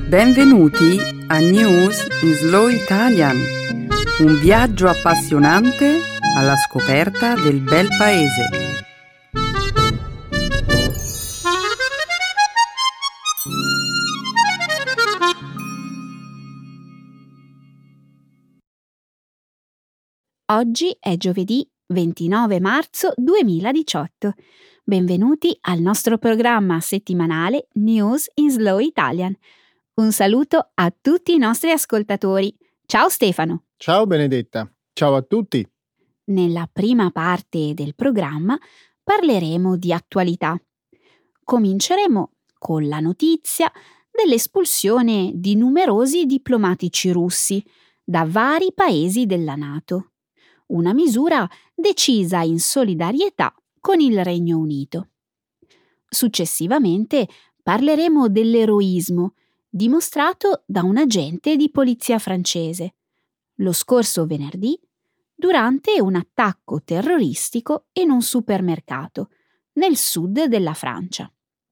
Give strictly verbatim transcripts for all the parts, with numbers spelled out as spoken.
Benvenuti a News in Slow Italian, un viaggio appassionante alla scoperta del bel paese. Oggi è giovedì ventinove marzo duemiladiciotto. Benvenuti al nostro programma settimanale News in Slow Italian. Un saluto a tutti i nostri ascoltatori. Ciao Stefano. Ciao Benedetta. Ciao a tutti. Nella prima parte del programma parleremo di attualità. Cominceremo con la notizia dell'espulsione di numerosi diplomatici russi da vari paesi della NATO. Una misura decisa in solidarietà con il Regno Unito. Successivamente parleremo dell'eroismo dimostrato da un agente di polizia francese lo scorso venerdì durante un attacco terroristico in un supermercato nel sud della Francia.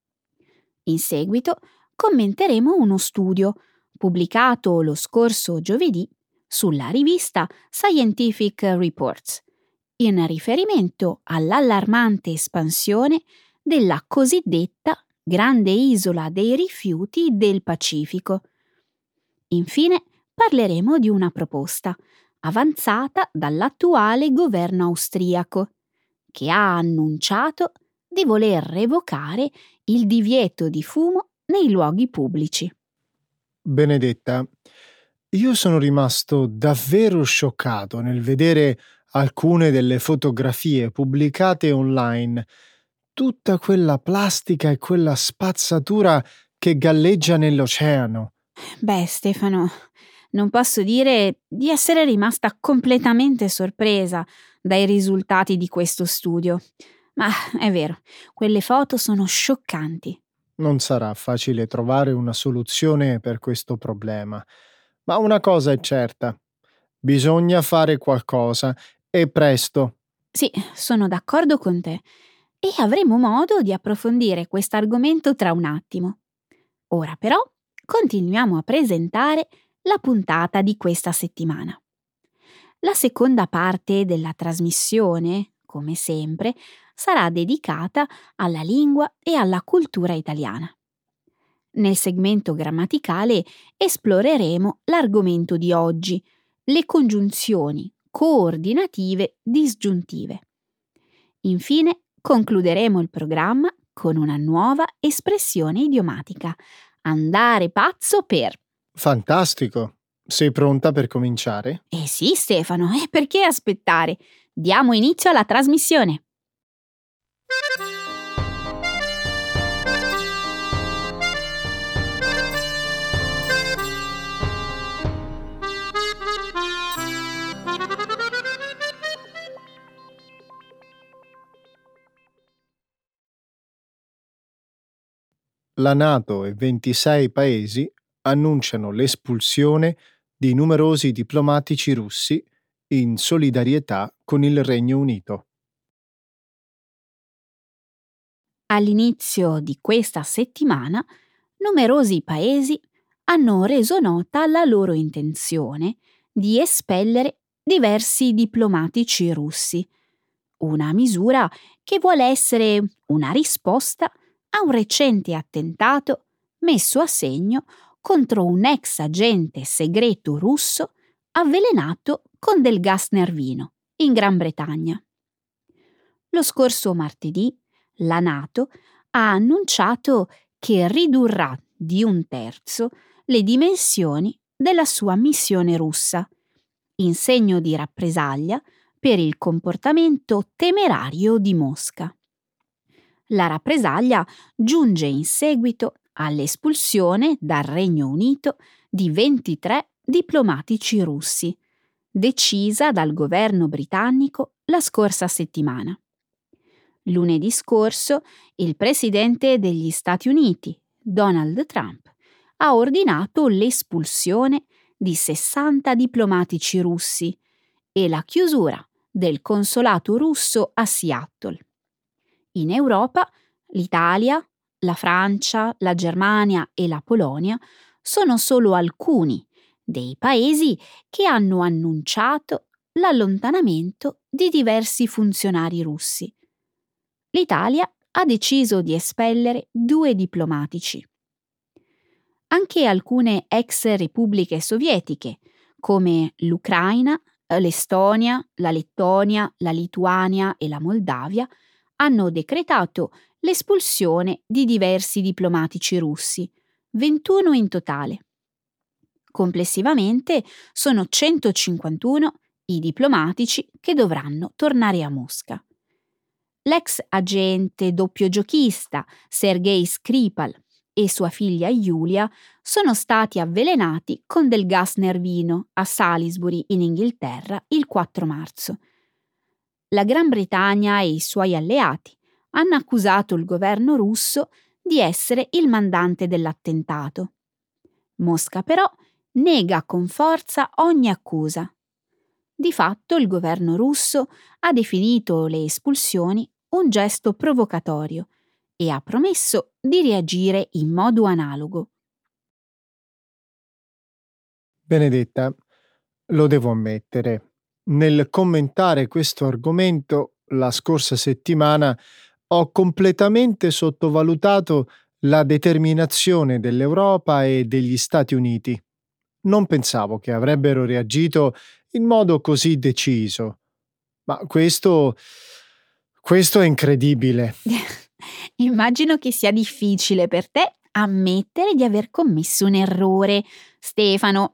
In seguito commenteremo uno studio pubblicato lo scorso giovedì sulla rivista Scientific Reports, in riferimento all'allarmante espansione della cosiddetta grande isola dei rifiuti del Pacifico. Infine parleremo di una proposta avanzata dall'attuale governo austriaco, che ha annunciato di voler revocare il divieto di fumo nei luoghi pubblici. Benedetta, io sono rimasto davvero scioccato nel vedere alcune delle fotografie pubblicate online. Tutta quella plastica e quella spazzatura che galleggia nell'oceano. Beh, Stefano, non posso dire di essere rimasta completamente sorpresa dai risultati di questo studio. Ma è vero, quelle foto sono scioccanti. Non sarà facile trovare una soluzione per questo problema. Ma una cosa è certa, bisogna fare qualcosa, e presto. Sì, sono d'accordo con te, e avremo modo di approfondire questo argomento tra un attimo. Ora però continuiamo a presentare la puntata di questa settimana. La seconda parte della trasmissione, come sempre, sarà dedicata alla lingua e alla cultura italiana. Nel segmento grammaticale esploreremo l'argomento di oggi, le congiunzioni coordinative disgiuntive. Infine concluderemo il programma con una nuova espressione idiomatica, andare pazzo per. Fantastico! Sei pronta per cominciare? Eh sì, Stefano, e perché aspettare? Diamo inizio alla trasmissione. La NATO e ventisei paesi annunciano l'espulsione di numerosi diplomatici russi in solidarietà con il Regno Unito. All'inizio di questa settimana, numerosi paesi hanno reso nota la loro intenzione di espellere diversi diplomatici russi, una misura che vuole essere una risposta a un recente attentato messo a segno contro un ex agente segreto russo avvelenato con del gas nervino in Gran Bretagna. Lo scorso martedì la NATO ha annunciato che ridurrà di un terzo le dimensioni della sua missione russa, in segno di rappresaglia per il comportamento temerario di Mosca. La rappresaglia giunge in seguito all'espulsione dal Regno Unito di ventitré diplomatici russi, decisa dal governo britannico la scorsa settimana. Lunedì scorso, il presidente degli Stati Uniti, Donald Trump, ha ordinato l'espulsione di sessanta diplomatici russi e la chiusura del consolato russo a Seattle. In Europa, l'Italia, la Francia, la Germania e la Polonia sono solo alcuni dei paesi che hanno annunciato l'allontanamento di diversi funzionari russi. L'Italia ha deciso di espellere due diplomatici. Anche alcune ex repubbliche sovietiche, come l'Ucraina, l'Estonia, la Lettonia, la Lituania e la Moldavia, hanno decretato l'espulsione di diversi diplomatici russi, ventuno in totale. Complessivamente sono centocinquantuno i diplomatici che dovranno tornare a Mosca. L'ex agente doppio giochista Sergei Skripal e sua figlia Yulia sono stati avvelenati con del gas nervino a Salisbury, in Inghilterra, il quattro marzo. La Gran Bretagna e i suoi alleati hanno accusato il governo russo di essere il mandante dell'attentato. Mosca però nega con forza ogni accusa. Di fatto il governo russo ha definito le espulsioni un gesto provocatorio e ha promesso di reagire in modo analogo. Benedetta, lo devo ammettere, nel commentare questo argomento la scorsa settimana ho completamente sottovalutato la determinazione dell'Europa e degli Stati Uniti. Non pensavo che avrebbero reagito in modo così deciso. Ma questo... questo è incredibile. Immagino che sia difficile per te ammettere di aver commesso un errore, Stefano.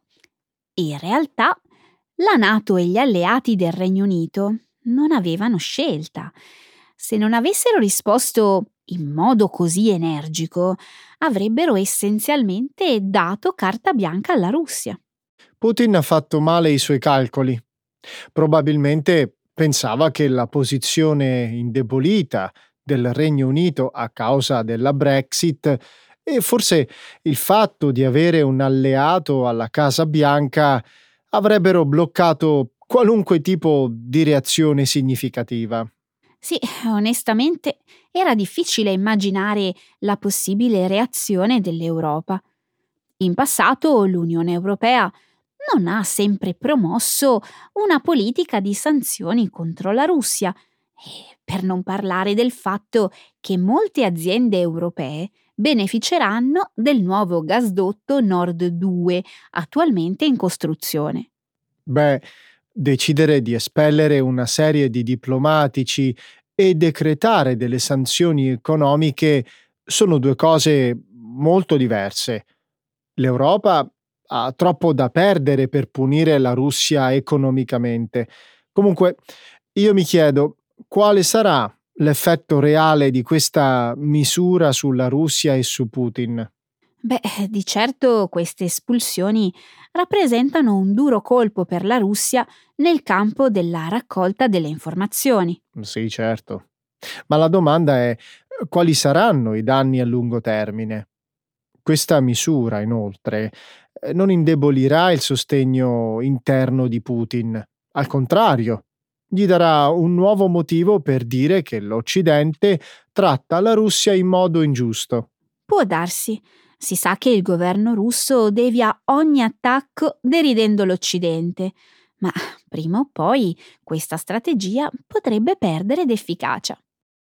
In realtà, la NATO e gli alleati del Regno Unito non avevano scelta. Se non avessero risposto in modo così energico, avrebbero essenzialmente dato carta bianca alla Russia. Putin ha fatto male i suoi calcoli. Probabilmente pensava che la posizione indebolita del Regno Unito a causa della Brexit e forse il fatto di avere un alleato alla Casa Bianca avrebbero bloccato qualunque tipo di reazione significativa. Sì, onestamente era difficile immaginare la possibile reazione dell'Europa. In passato l'Unione Europea non ha sempre promosso una politica di sanzioni contro la Russia, e per non parlare del fatto che molte aziende europee beneficeranno del nuovo gasdotto Nord due, attualmente in costruzione. Beh, decidere di espellere una serie di diplomatici e decretare delle sanzioni economiche sono due cose molto diverse. L'Europa ha troppo da perdere per punire la Russia economicamente. Comunque, io mi chiedo quale sarà l'effetto reale di questa misura sulla Russia e su Putin. Beh, di certo queste espulsioni rappresentano un duro colpo per la Russia nel campo della raccolta delle informazioni. Sì, certo. Ma la domanda è quali saranno i danni a lungo termine? Questa misura, inoltre, eh, non indebolirà il sostegno interno di Putin. Al contrario, gli darà un nuovo motivo per dire che l'Occidente tratta la Russia in modo ingiusto. Può darsi. Si sa che il governo russo devia ogni attacco deridendo l'Occidente, ma prima o poi questa strategia potrebbe perdere d'efficacia.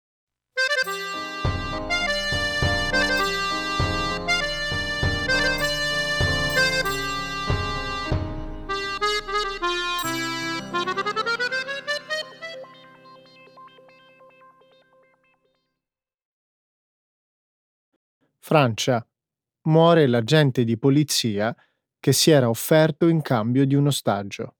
Francia. Muore l'agente di polizia che si era offerto in cambio di un ostaggio.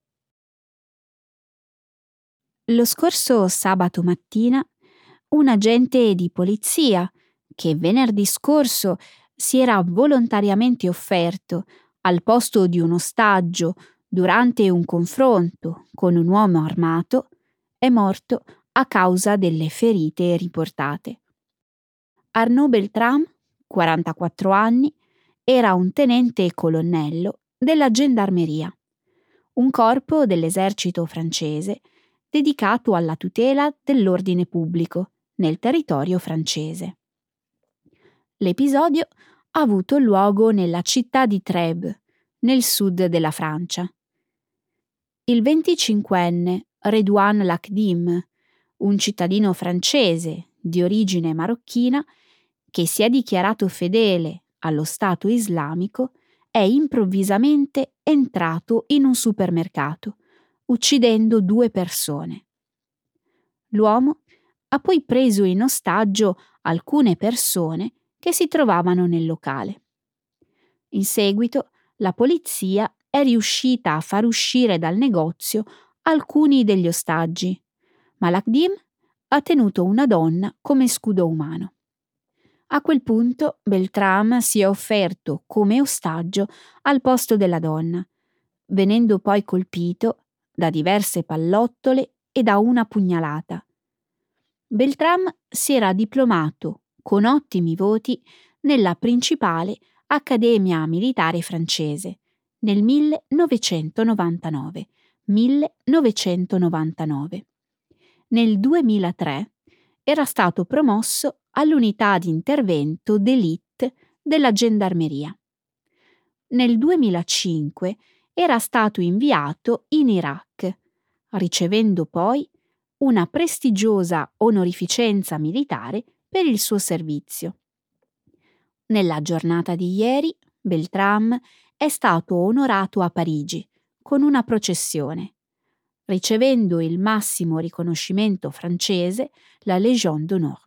Lo scorso sabato mattina, un agente di polizia, che venerdì scorso si era volontariamente offerto al posto di un ostaggio durante un confronto con un uomo armato, è morto a causa delle ferite riportate. Arnaud Beltrame, quarantaquattro anni, era un tenente colonnello della gendarmeria, un corpo dell'esercito francese dedicato alla tutela dell'ordine pubblico nel territorio francese. L'episodio ha avuto luogo nella città di Trèbes, nel sud della Francia. Il venticinquenne Redouane Lakdim, un cittadino francese di origine marocchina che si è dichiarato fedele allo Stato islamico, è improvvisamente entrato in un supermercato, uccidendo due persone. L'uomo ha poi preso in ostaggio alcune persone che si trovavano nel locale. In seguito, la polizia è riuscita a far uscire dal negozio alcuni degli ostaggi, ma Lakdim ha tenuto una donna come scudo umano. A quel punto Beltrame si è offerto come ostaggio al posto della donna, venendo poi colpito da diverse pallottole e da una pugnalata. Beltrame si era diplomato con ottimi voti nella principale Accademia Militare francese nel millenovecentonovantanove. millenovecentonovantanove. Nel duemilatré era stato promosso all'unità di intervento d'élite della gendarmeria. Nel duemilacinque era stato inviato in Iraq, ricevendo poi una prestigiosa onorificenza militare per il suo servizio. Nella giornata di ieri, Beltrame è stato onorato a Parigi con una processione, ricevendo il massimo riconoscimento francese, la Légion d'honneur.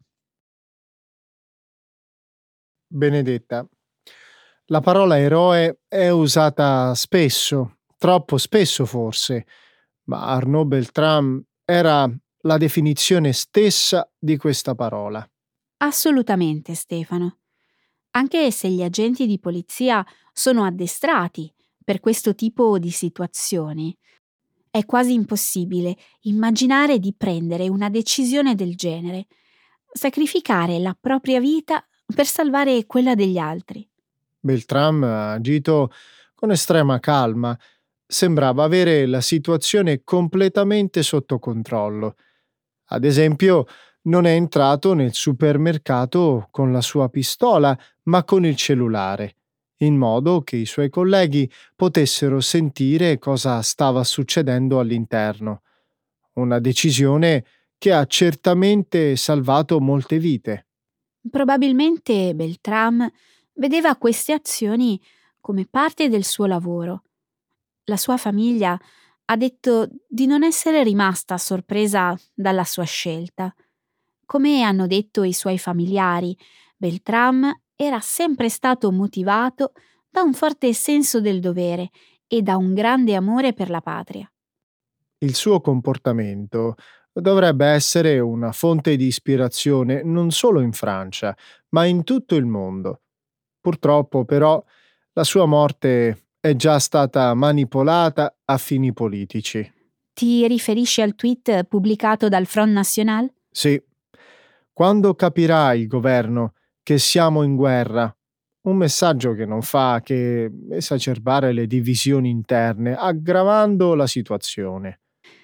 Benedetta, la parola eroe è usata spesso, troppo spesso forse, ma Arnaud Beltrame era la definizione stessa di questa parola. Assolutamente, Stefano. Anche se gli agenti di polizia sono addestrati per questo tipo di situazioni, è quasi impossibile immaginare di prendere una decisione del genere, sacrificare la propria vita per salvare quella degli altri. Beltrame ha agito con estrema calma. Sembrava avere la situazione completamente sotto controllo. Ad esempio, non è entrato nel supermercato con la sua pistola, ma con il cellulare, in modo che i suoi colleghi potessero sentire cosa stava succedendo all'interno. Una decisione che ha certamente salvato molte vite. Probabilmente Beltrame vedeva queste azioni come parte del suo lavoro. La sua famiglia ha detto di non essere rimasta sorpresa dalla sua scelta. Come hanno detto i suoi familiari, Beltrame era sempre stato motivato da un forte senso del dovere e da un grande amore per la patria. Il suo comportamento dovrebbe essere una fonte di ispirazione non solo in Francia, ma in tutto il mondo. Purtroppo, però, la sua morte è già stata manipolata a fini politici. Ti riferisci al tweet pubblicato dal Front National? Sì. Quando capirà il governo che siamo in guerra? Un messaggio che non fa che esacerbare le divisioni interne, aggravando la situazione.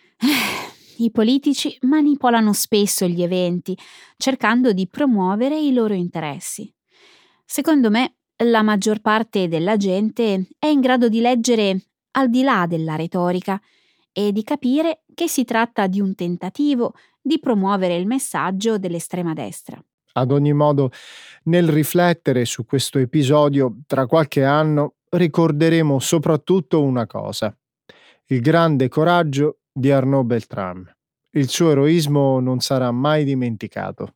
I politici manipolano spesso gli eventi, cercando di promuovere i loro interessi. Secondo me, la maggior parte della gente è in grado di leggere al di là della retorica e di capire che si tratta di un tentativo di promuovere il messaggio dell'estrema destra. Ad ogni modo, nel riflettere su questo episodio, tra qualche anno ricorderemo soprattutto una cosa: il grande coraggio di Arnaud Beltrame. Il suo eroismo non sarà mai dimenticato.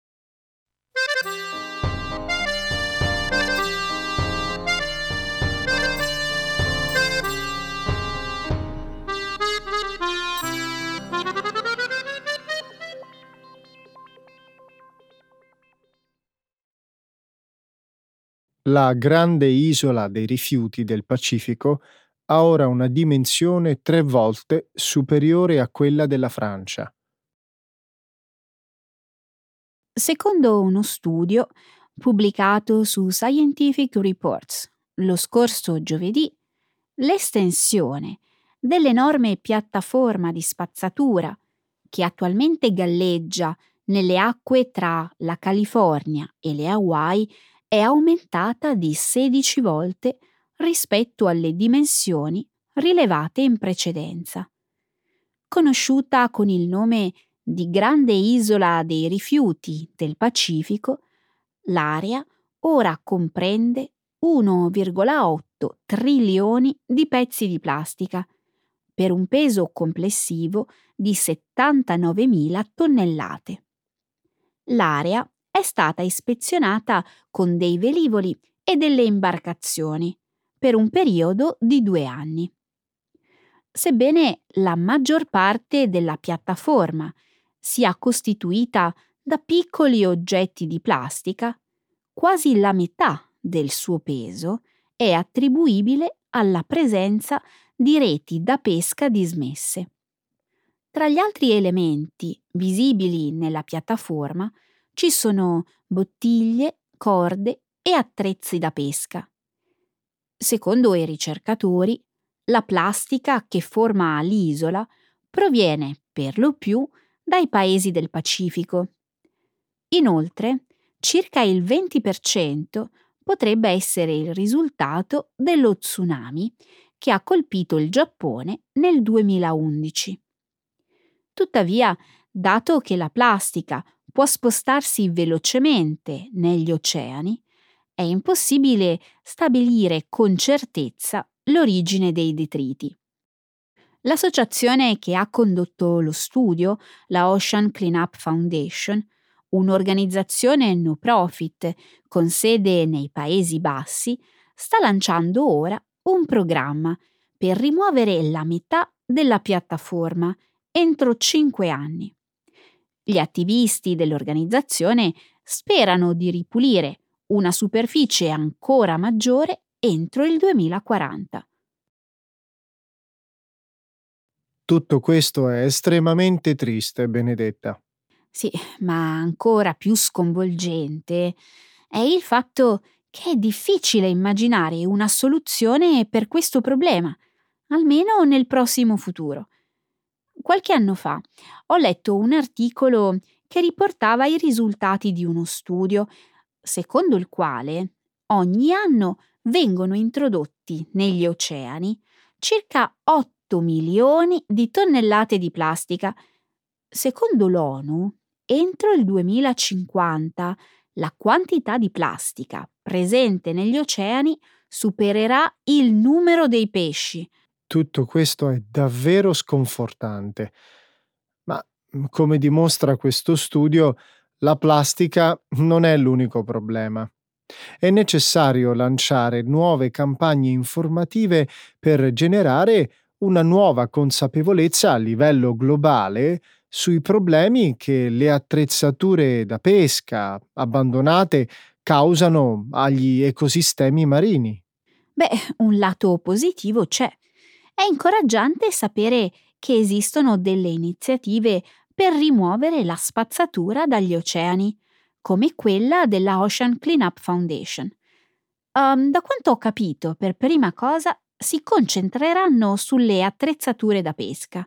La grande isola dei rifiuti del Pacifico ha ora una dimensione tre volte superiore a quella della Francia. Secondo uno studio pubblicato su Scientific Reports lo scorso giovedì, l'estensione dell'enorme piattaforma di spazzatura che attualmente galleggia nelle acque tra la California e le Hawaii è aumentata di sedici volte rispetto alle dimensioni rilevate in precedenza. Conosciuta con il nome di Grande Isola dei Rifiuti del Pacifico, l'area ora comprende uno virgola otto trilioni di pezzi di plastica, per un peso complessivo di settantanovemila tonnellate. L'area è stata ispezionata con dei velivoli e delle imbarcazioni per un periodo di due anni. Sebbene la maggior parte della piattaforma sia costituita da piccoli oggetti di plastica, quasi la metà del suo peso è attribuibile alla presenza di reti da pesca dismesse. Tra gli altri elementi visibili nella piattaforma ci sono bottiglie, corde e attrezzi da pesca. Secondo i ricercatori, la plastica che forma l'isola proviene per lo più dai paesi del Pacifico. Inoltre, circa il venti per cento potrebbe essere il risultato dello tsunami che ha colpito il Giappone nel duemilaundici. Tuttavia, dato che la plastica può spostarsi velocemente negli oceani, è impossibile stabilire con certezza l'origine dei detriti. L'associazione che ha condotto lo studio, la Ocean Cleanup Foundation, un'organizzazione no profit con sede nei Paesi Bassi, sta lanciando ora un programma per rimuovere la metà della piattaforma entro cinque anni. Gli attivisti dell'organizzazione sperano di ripulire una superficie ancora maggiore entro il duemilaquaranta. Tutto questo è estremamente triste, Benedetta. Sì, ma ancora più sconvolgente è il fatto che è difficile immaginare una soluzione per questo problema, almeno nel prossimo futuro. Qualche anno fa ho letto un articolo che riportava i risultati di uno studio secondo il quale ogni anno vengono introdotti negli oceani circa otto milioni di tonnellate di plastica. Secondo l'ONU, entro il duemilacinquanta la quantità di plastica presente negli oceani supererà il numero dei pesci. Tutto questo è davvero sconfortante. Ma, come dimostra questo studio, la plastica non è l'unico problema. È necessario lanciare nuove campagne informative per generare una nuova consapevolezza a livello globale sui problemi che le attrezzature da pesca abbandonate causano agli ecosistemi marini. Beh, un lato positivo c'è. È incoraggiante sapere che esistono delle iniziative per rimuovere la spazzatura dagli oceani, come quella della Ocean Cleanup Foundation. Um, da quanto ho capito, per prima cosa si concentreranno sulle attrezzature da pesca.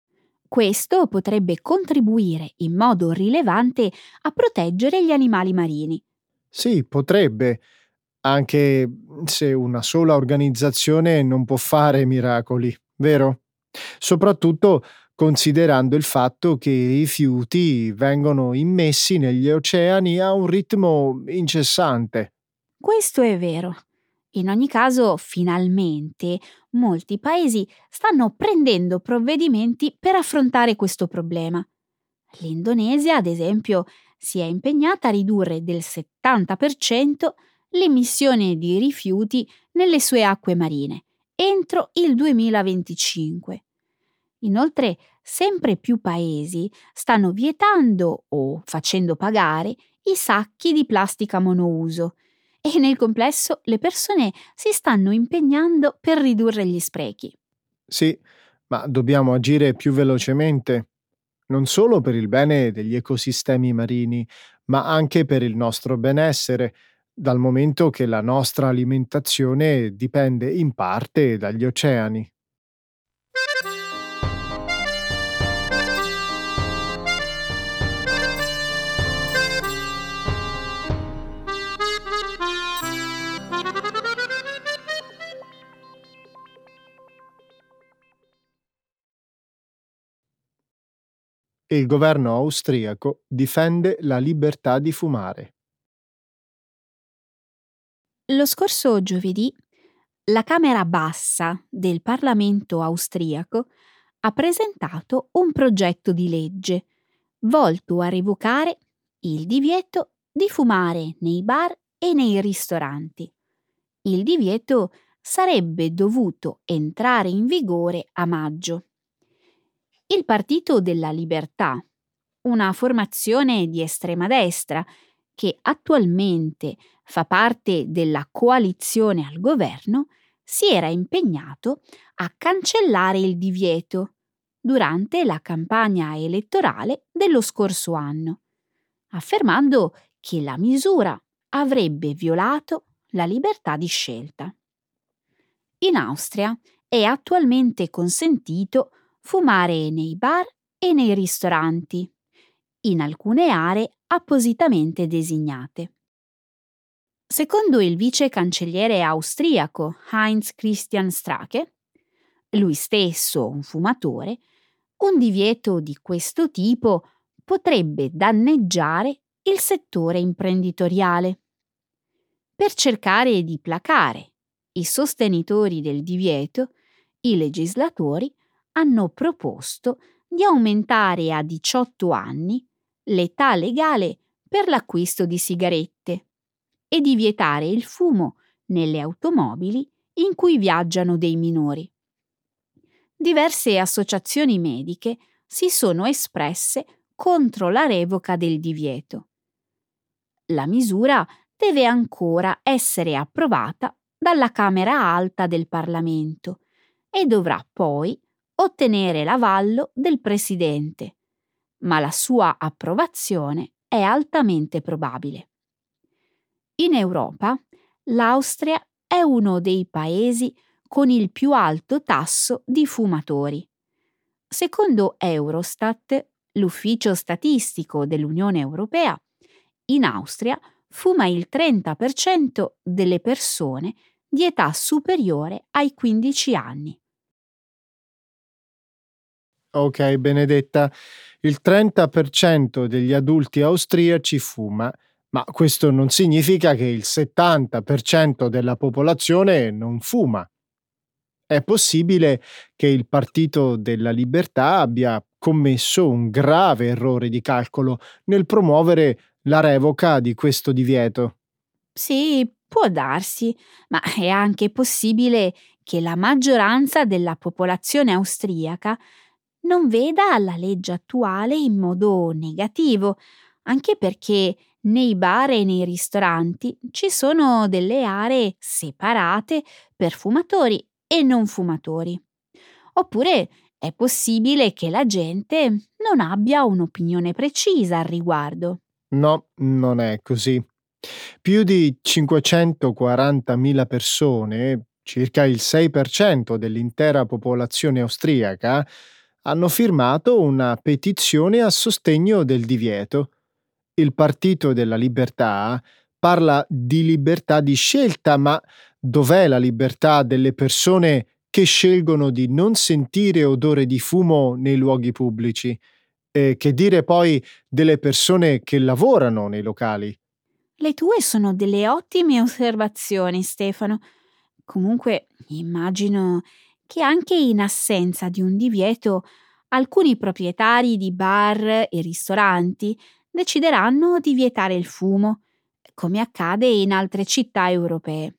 Questo potrebbe contribuire in modo rilevante a proteggere gli animali marini. Sì, potrebbe, anche se una sola organizzazione non può fare miracoli, vero? Soprattutto considerando il fatto che i rifiuti vengono immessi negli oceani a un ritmo incessante. Questo è vero. In ogni caso, finalmente, molti paesi stanno prendendo provvedimenti per affrontare questo problema. L'Indonesia, ad esempio, si è impegnata a ridurre del settanta per cento l'emissione di rifiuti nelle sue acque marine entro il duemilaventicinque. Inoltre, sempre più paesi stanno vietando o facendo pagare i sacchi di plastica monouso e nel complesso le persone si stanno impegnando per ridurre gli sprechi. Sì, ma dobbiamo agire più velocemente, non solo per il bene degli ecosistemi marini, ma anche per il nostro benessere, dal momento che la nostra alimentazione dipende in parte dagli oceani. Il governo austriaco difende la libertà di fumare. Lo scorso giovedì la Camera Bassa del Parlamento austriaco ha presentato un progetto di legge volto a revocare il divieto di fumare nei bar e nei ristoranti. Il divieto sarebbe dovuto entrare in vigore a maggio. Il Partito della Libertà, una formazione di estrema destra che attualmente fa parte della coalizione al governo, si era impegnato a cancellare il divieto durante la campagna elettorale dello scorso anno, affermando che la misura avrebbe violato la libertà di scelta. In Austria è attualmente consentito fumare nei bar e nei ristoranti, in alcune aree appositamente designate. Secondo il vice cancelliere austriaco Heinz Christian Strache, lui stesso un fumatore, un divieto di questo tipo potrebbe danneggiare il settore imprenditoriale. Per cercare di placare i sostenitori del divieto, i legislatori hanno proposto di aumentare a diciotto anni l'età legale per l'acquisto di sigarette e di vietare il fumo nelle automobili in cui viaggiano dei minori. Diverse associazioni mediche si sono espresse contro la revoca del divieto. La misura deve ancora essere approvata dalla Camera Alta del Parlamento e dovrà poi ottenere l'avallo del Presidente, ma la sua approvazione è altamente probabile. In Europa, l'Austria è uno dei paesi con il più alto tasso di fumatori. Secondo Eurostat, l'ufficio statistico dell'Unione Europea, in Austria fuma il trenta per cento delle persone di età superiore ai quindici anni. Ok, Benedetta, il trenta per cento degli adulti austriaci fuma, ma questo non significa che il settanta per cento della popolazione non fuma. È possibile che il Partito della Libertà abbia commesso un grave errore di calcolo nel promuovere la revoca di questo divieto. Sì, può darsi, ma è anche possibile che la maggioranza della popolazione austriaca non veda la legge attuale in modo negativo, anche perché nei bar e nei ristoranti ci sono delle aree separate per fumatori e non fumatori. Oppure è possibile che la gente non abbia un'opinione precisa al riguardo. No, non è così. Più di cinquecentoquarantamila persone, circa il sei per cento dell'intera popolazione austriaca, hanno firmato una petizione a sostegno del divieto. Il Partito della Libertà parla di libertà di scelta, ma dov'è la libertà delle persone che scelgono di non sentire odore di fumo nei luoghi pubblici? E che dire poi delle persone che lavorano nei locali? Le tue sono delle ottime osservazioni, Stefano. Comunque, immagino che anche in assenza di un divieto, alcuni proprietari di bar e ristoranti decideranno di vietare il fumo, come accade in altre città europee.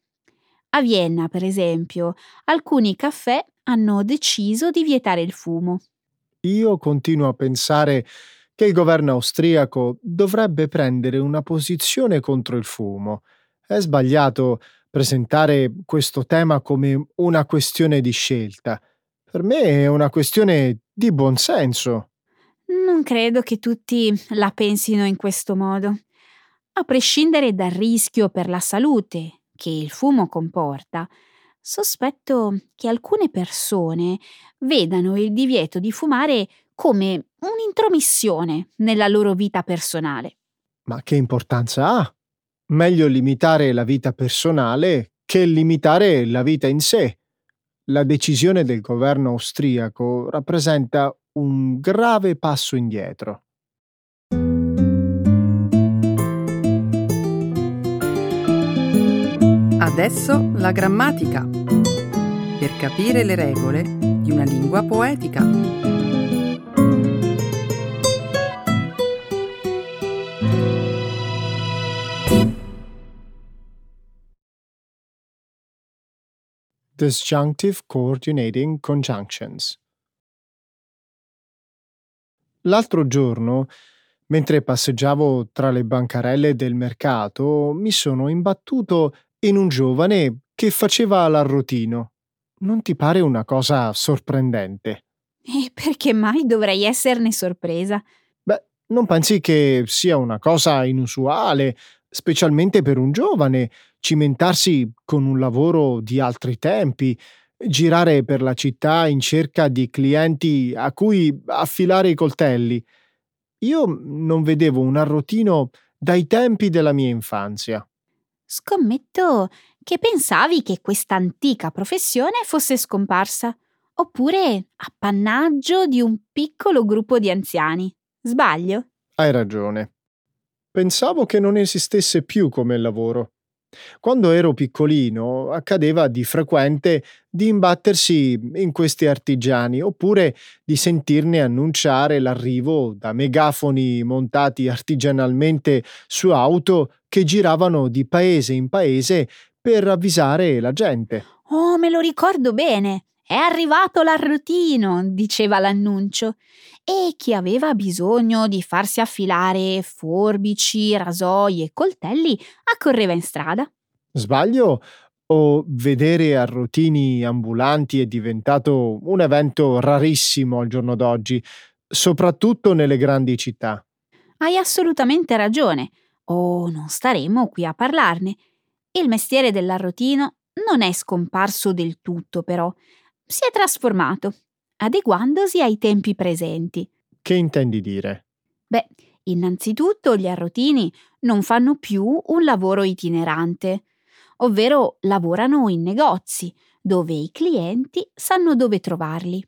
A Vienna, per esempio, alcuni caffè hanno deciso di vietare il fumo. Io continuo a pensare che il governo austriaco dovrebbe prendere una posizione contro il fumo. È sbagliato presentare questo tema come una questione di scelta. Per me è una questione di buonsenso. Non credo che tutti la pensino in questo modo. A prescindere dal rischio per la salute che il fumo comporta, sospetto che alcune persone vedano il divieto di fumare come un'intromissione nella loro vita personale. Ma che importanza ha? Meglio limitare la vita personale che limitare la vita in sé. La decisione del governo austriaco rappresenta un grave passo indietro. Adesso la grammatica, per capire le regole di una lingua poetica. Disjunctive coordinating conjunctions. L'altro giorno, mentre passeggiavo tra le bancarelle del mercato, mi sono imbattuto in un giovane che faceva l'arrotino. Non ti pare una cosa sorprendente? E perché mai dovrei esserne sorpresa? Beh, non pensi che sia una cosa inusuale, specialmente per un giovane, cimentarsi con un lavoro di altri tempi, girare per la città in cerca di clienti a cui affilare i coltelli? Io non vedevo un arrotino dai tempi della mia infanzia. Scommetto che pensavi che questa antica professione fosse scomparsa, oppure appannaggio di un piccolo gruppo di anziani. Sbaglio? Hai ragione. Pensavo che non esistesse più come lavoro. Quando ero piccolino accadeva di frequente di imbattersi in questi artigiani oppure di sentirne annunciare l'arrivo da megafoni montati artigianalmente su auto che giravano di paese in paese per avvisare la gente. Oh, me lo ricordo bene. È arrivato l'arrotino, diceva l'annuncio. E chi aveva bisogno di farsi affilare forbici, rasoi e coltelli accorreva in strada. Sbaglio? O vedere arrotini ambulanti è diventato un evento rarissimo al giorno d'oggi, soprattutto nelle grandi città? Hai assolutamente ragione. Oh, non staremo qui a parlarne. Il mestiere dell'arrotino non è scomparso del tutto, però. Si è trasformato, adeguandosi ai tempi presenti. Che intendi dire? Beh, innanzitutto gli arrotini non fanno più un lavoro itinerante, ovvero lavorano in negozi, dove i clienti sanno dove trovarli.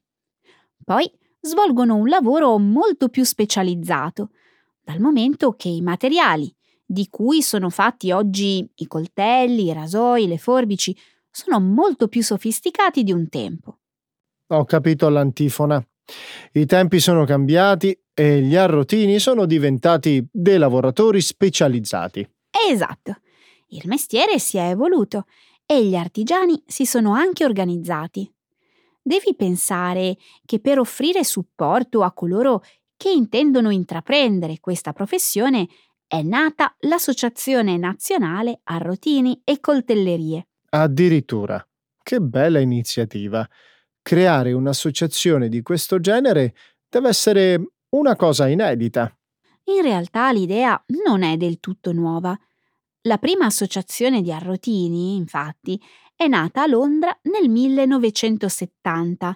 Poi svolgono un lavoro molto più specializzato, dal momento che i materiali di cui sono fatti oggi i coltelli, i rasoi, le forbici, sono molto più sofisticati di un tempo. Ho capito l'antifona. I tempi sono cambiati e gli arrotini sono diventati dei lavoratori specializzati. Esatto. Il mestiere si è evoluto e gli artigiani si sono anche organizzati. Devi pensare che per offrire supporto a coloro che intendono intraprendere questa professione è nata l'Associazione Nazionale Arrotini e Coltellerie. Addirittura. Che bella iniziativa. Creare un'associazione di questo genere deve essere una cosa inedita. In realtà l'idea non è del tutto nuova. La prima associazione di arrotini, infatti, è nata a Londra nel millenovecentosettanta.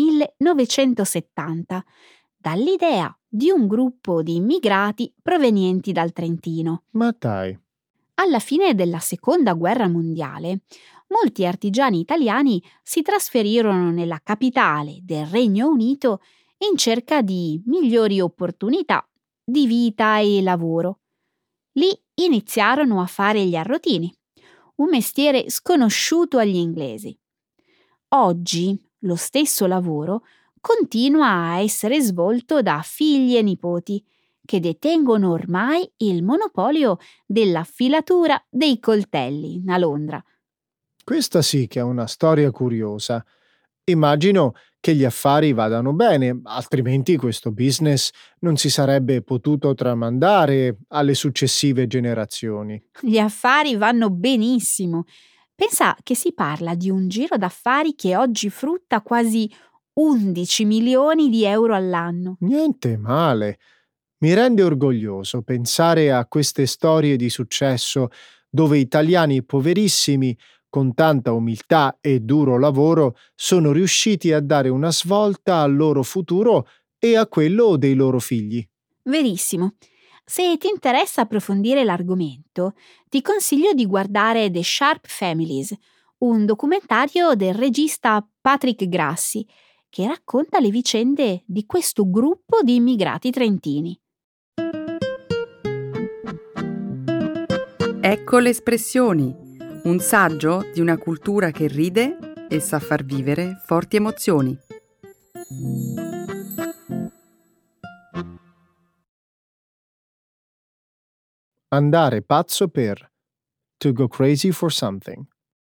millenovecentosettanta, dall'idea di un gruppo di immigrati provenienti dal Trentino. Ma dai. Alla fine della Seconda Guerra Mondiale, molti artigiani italiani si trasferirono nella capitale del Regno Unito in cerca di migliori opportunità di vita e lavoro. Lì iniziarono a fare gli arrotini, un mestiere sconosciuto agli inglesi. Oggi lo stesso lavoro continua a essere svolto da figli e nipoti, che detengono ormai il monopolio della filatura dei coltelli a Londra. Questa sì che è una storia curiosa. Immagino che gli affari vadano bene, altrimenti questo business non si sarebbe potuto tramandare alle successive generazioni. Gli affari vanno benissimo. Pensa che si parla di un giro d'affari che oggi frutta quasi undici milioni di euro all'anno. Niente male. Mi rende orgoglioso pensare a queste storie di successo dove italiani poverissimi, con tanta umiltà e duro lavoro, sono riusciti a dare una svolta al loro futuro e a quello dei loro figli. Verissimo. Se ti interessa approfondire l'argomento, ti consiglio di guardare The Sharp Families, un documentario del regista Patrick Grassi, che racconta le vicende di questo gruppo di immigrati trentini. Ecco le espressioni, un saggio di una cultura che ride e sa far vivere forti emozioni. Andare pazzo per. To go crazy for something.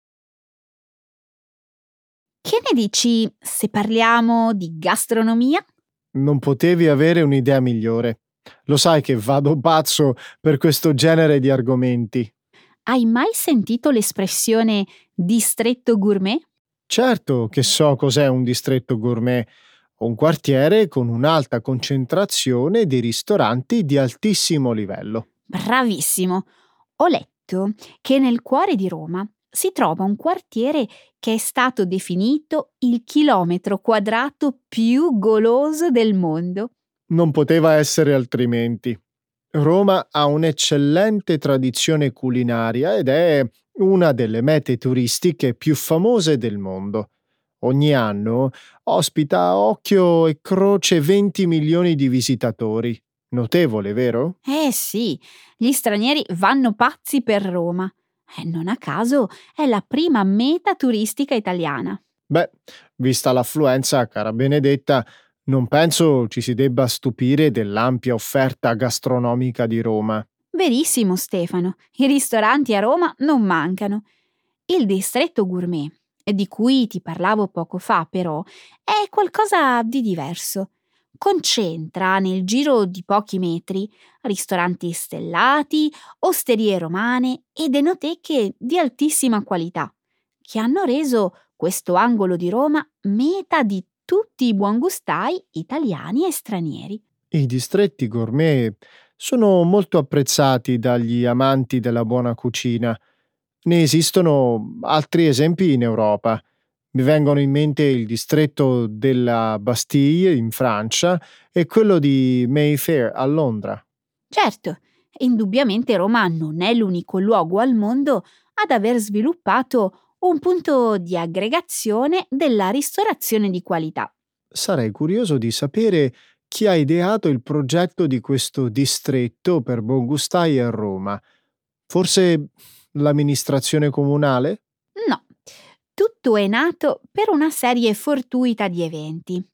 Che ne dici se parliamo di gastronomia? Non potevi avere un'idea migliore. Lo sai che vado pazzo per questo genere di argomenti. Hai mai sentito l'espressione distretto gourmet? Certo che so cos'è un distretto gourmet, un quartiere con un'alta concentrazione di ristoranti di altissimo livello. Bravissimo! Ho letto che nel cuore di Roma si trova un quartiere che è stato definito il chilometro quadrato più goloso del mondo. Non poteva essere altrimenti. Roma ha un'eccellente tradizione culinaria ed è una delle mete turistiche più famose del mondo. Ogni anno ospita a occhio e croce venti milioni di visitatori. Notevole, vero? Eh sì, gli stranieri vanno pazzi per Roma. E non a caso è la prima meta turistica italiana. Beh, vista l'affluenza, cara Benedetta, non penso ci si debba stupire dell'ampia offerta gastronomica di Roma. Verissimo, Stefano, i ristoranti a Roma non mancano. Il distretto gourmet, di cui ti parlavo poco fa, però, è qualcosa di diverso. Concentra nel giro di pochi metri ristoranti stellati, osterie romane ed enoteche di altissima qualità, che hanno reso questo angolo di Roma meta di tutti i buongustai italiani e stranieri. I distretti gourmet sono molto apprezzati dagli amanti della buona cucina. Ne esistono altri esempi in Europa. Mi vengono in mente il distretto della Bastille in Francia e quello di Mayfair a Londra. Certo, indubbiamente Roma non è l'unico luogo al mondo ad aver sviluppato un punto di aggregazione della ristorazione di qualità. Sarei curioso di sapere chi ha ideato il progetto di questo distretto per buongustai a Roma. Forse l'amministrazione comunale? No, tutto è nato per una serie fortuita di eventi.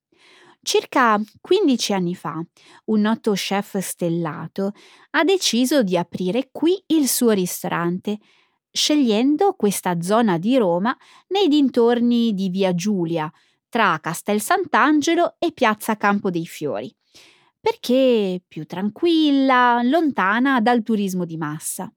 Circa quindici anni fa, un noto chef stellato ha deciso di aprire qui il suo ristorante, scegliendo questa zona di Roma nei dintorni di Via Giulia, tra Castel Sant'Angelo e Piazza Campo dei Fiori, perché più tranquilla, lontana dal turismo di massa.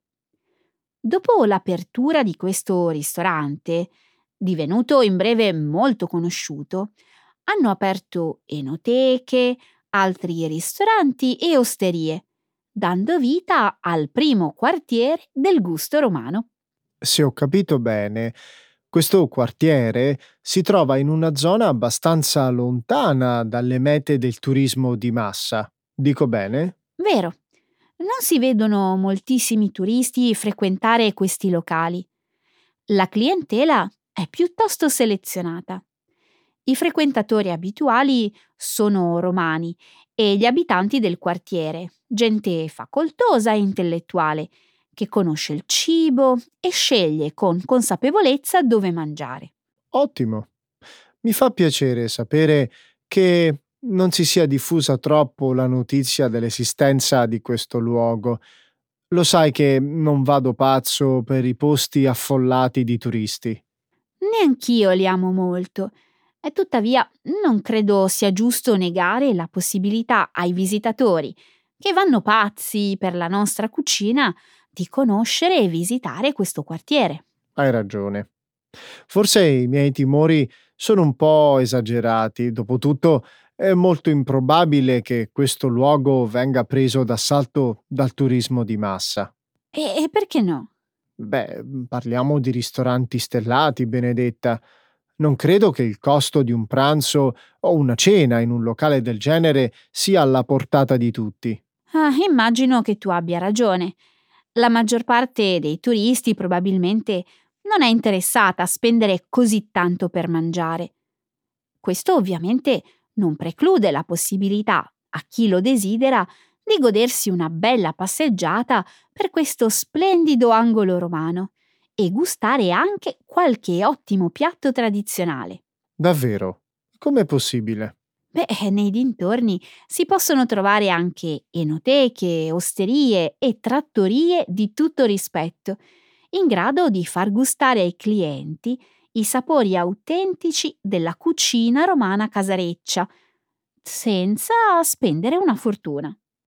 Dopo l'apertura di questo ristorante, divenuto in breve molto conosciuto, hanno aperto enoteche, altri ristoranti e osterie, dando vita al primo quartiere del gusto romano. Se ho capito bene, questo quartiere si trova in una zona abbastanza lontana dalle mete del turismo di massa. Dico bene? Vero, non si vedono moltissimi turisti frequentare questi locali. La clientela è piuttosto selezionata. I frequentatori abituali sono romani e gli abitanti del quartiere, gente facoltosa e intellettuale, che conosce il cibo e sceglie con consapevolezza dove mangiare. Ottimo. Mi fa piacere sapere che non si sia diffusa troppo la notizia dell'esistenza di questo luogo. Lo sai che non vado pazzo per i posti affollati di turisti. Neanch'io li amo molto, e tuttavia non credo sia giusto negare la possibilità ai visitatori, che vanno pazzi per la nostra cucina, di conoscere e visitare questo quartiere. Hai ragione. Forse i miei timori sono un po' esagerati. Dopotutto è molto improbabile che questo luogo venga preso d'assalto dal turismo di massa. E, e perché no? Beh, parliamo di ristoranti stellati, Benedetta. Non credo che il costo di un pranzo o una cena in un locale del genere sia alla portata di tutti. Ah, immagino che tu abbia ragione. La maggior parte dei turisti probabilmente non è interessata a spendere così tanto per mangiare. Questo ovviamente non preclude la possibilità, a chi lo desidera, di godersi una bella passeggiata per questo splendido angolo romano e gustare anche qualche ottimo piatto tradizionale. Davvero? Com'è possibile? Beh, nei dintorni si possono trovare anche enoteche, osterie e trattorie di tutto rispetto, in grado di far gustare ai clienti i sapori autentici della cucina romana casareccia, senza spendere una fortuna.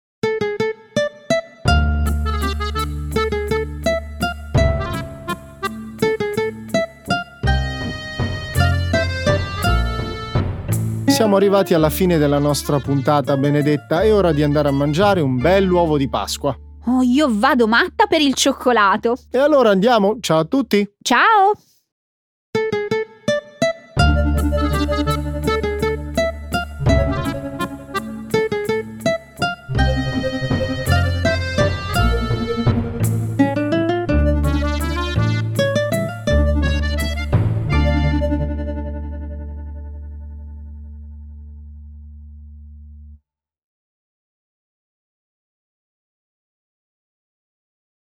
Siamo arrivati alla fine della nostra puntata, Benedetta. È ora di andare a mangiare un bell'uovo di Pasqua. Oh, io vado matta per il cioccolato! E allora andiamo. Ciao a tutti! Ciao!